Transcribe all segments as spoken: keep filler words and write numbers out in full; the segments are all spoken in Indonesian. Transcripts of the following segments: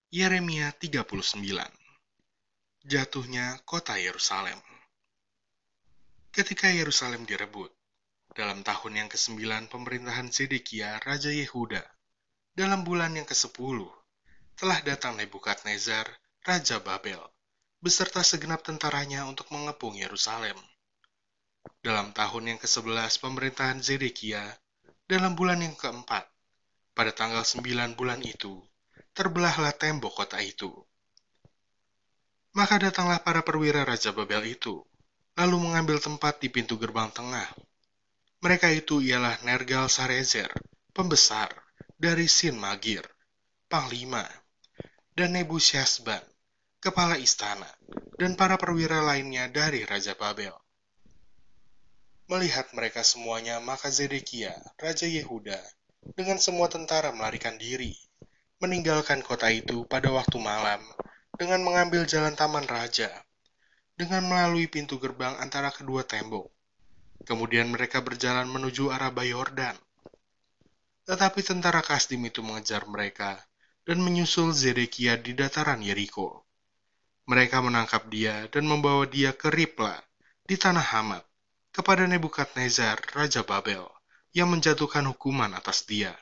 Yeremia tiga puluh sembilan. Jatuhnya kota Yerusalem. Ketika Yerusalem direbut, dalam tahun yang kesembilan pemerintahan Zedekia, Raja Yehuda, dalam bulan yang kesepuluh, telah datang Nebukadnezar, Raja Babel, beserta segenap tentaranya untuk mengepung Yerusalem. Dalam tahun yang kesebelas pemerintahan Zedekia, dalam bulan yang keempat, pada tanggal sembilan bulan itu, terbelahlah tembok kota itu. Maka datanglah para perwira Raja Babel itu, lalu mengambil tempat di pintu gerbang tengah. Mereka itu ialah Nergal-Sarezer, pembesar, dari Sin Magir, panglima, dan Nebusyazban, kepala istana, dan para perwira lainnya dari Raja Babel. Melihat mereka semuanya, maka Zedekia, Raja Yehuda, dengan semua tentara melarikan diri, meninggalkan kota itu pada waktu malam, dengan mengambil jalan taman raja, dengan melalui pintu gerbang antara kedua tembok. Kemudian mereka berjalan menuju arah Yordan. Tetapi tentara Kasdim itu mengejar mereka dan menyusul Zedekia di dataran Yeriko. Mereka menangkap dia dan membawa dia ke Ripla di tanah Hamat kepada Nebukadnezar, Raja Babel, yang menjatuhkan hukuman atas dia.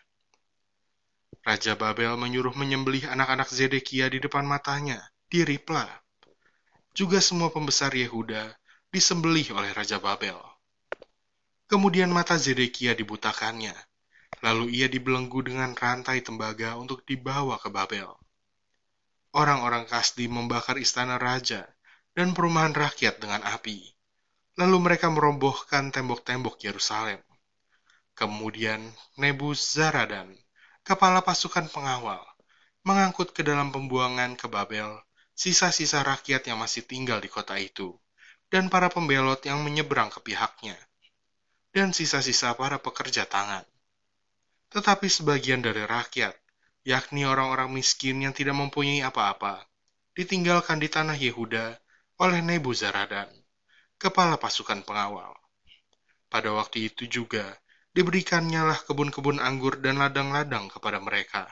Raja Babel menyuruh menyembelih anak-anak Zedekia di depan matanya di Ripla. Juga semua pembesar Yehuda disembelih oleh Raja Babel. Kemudian mata Zedekia dibutakannya, lalu ia dibelenggu dengan rantai tembaga untuk dibawa ke Babel. Orang-orang Kasdi membakar istana raja dan perumahan rakyat dengan api. Lalu mereka merobohkan tembok-tembok Yerusalem. Kemudian Nebuzaradan, kepala pasukan pengawal, mengangkut ke dalam pembuangan ke Babel sisa-sisa rakyat yang masih tinggal di kota itu, dan para pembelot yang menyeberang ke pihaknya, dan sisa-sisa para pekerja tangan. Tetapi sebagian dari rakyat, yakni orang-orang miskin yang tidak mempunyai apa-apa, ditinggalkan di tanah Yehuda oleh Nebuzaradan, kepala pasukan pengawal. Pada waktu itu juga, diberikannya lah kebun-kebun anggur dan ladang-ladang kepada mereka.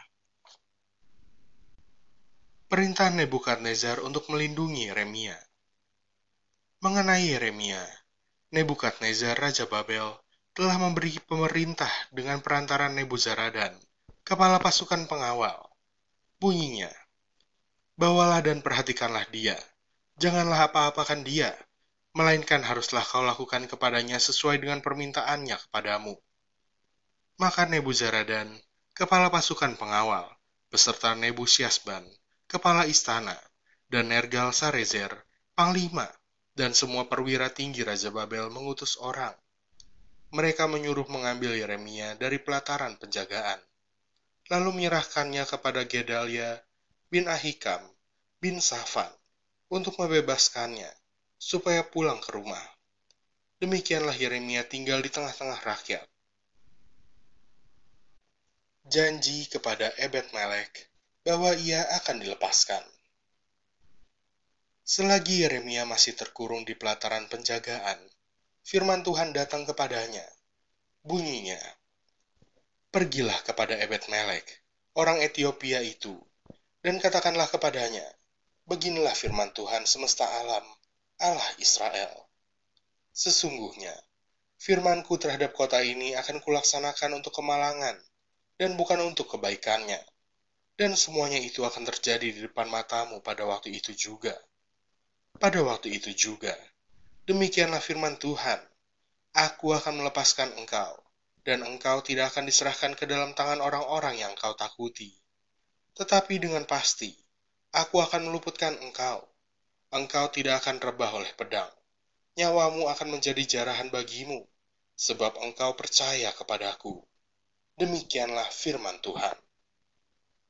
Perintah Nebukadnezar untuk melindungi Yeremia. Mengenai Yeremia, Nebukadnezar Raja Babel telah memberi pemerintah dengan perantara Nebuzaradan, kepala pasukan pengawal. Bunyinya, bawalah dan perhatikanlah dia, janganlah apa-apakan dia, melainkan haruslah kau lakukan kepadanya sesuai dengan permintaannya kepadamu. Maka Nebuzaradan, kepala pasukan pengawal, beserta Nebusyazban, kepala istana, dan Nergal-Sarezer, panglima, dan semua perwira tinggi Raja Babel mengutus orang. Mereka menyuruh mengambil Yeremia dari pelataran penjagaan, lalu menyerahkannya kepada Gedalia bin Ahikam bin Safan untuk membebaskannya, supaya pulang ke rumah. Demikianlah Yeremia tinggal di tengah-tengah rakyat. Janji kepada Ebed-Melek bahwa ia akan dilepaskan. Selagi Yeremia masih terkurung di pelataran penjagaan, firman Tuhan datang kepadanya. Bunyinya, pergilah kepada Ebed-Melek, orang Etiopia itu, dan katakanlah kepadanya, beginilah firman Tuhan semesta alam, Allah Israel. Sesungguhnya, firmanku terhadap kota ini akan kulaksanakan untuk kemalangan, dan bukan untuk kebaikannya. Dan semuanya itu akan terjadi di depan matamu pada waktu itu juga. Pada waktu itu juga, demikianlah firman Tuhan, aku akan melepaskan engkau, dan engkau tidak akan diserahkan ke dalam tangan orang-orang yang kau takuti. Tetapi dengan pasti, aku akan meluputkan engkau. Engkau tidak akan rebah oleh pedang. Nyawamu akan menjadi jarahan bagimu, sebab engkau percaya kepadaku. Demikianlah firman Tuhan.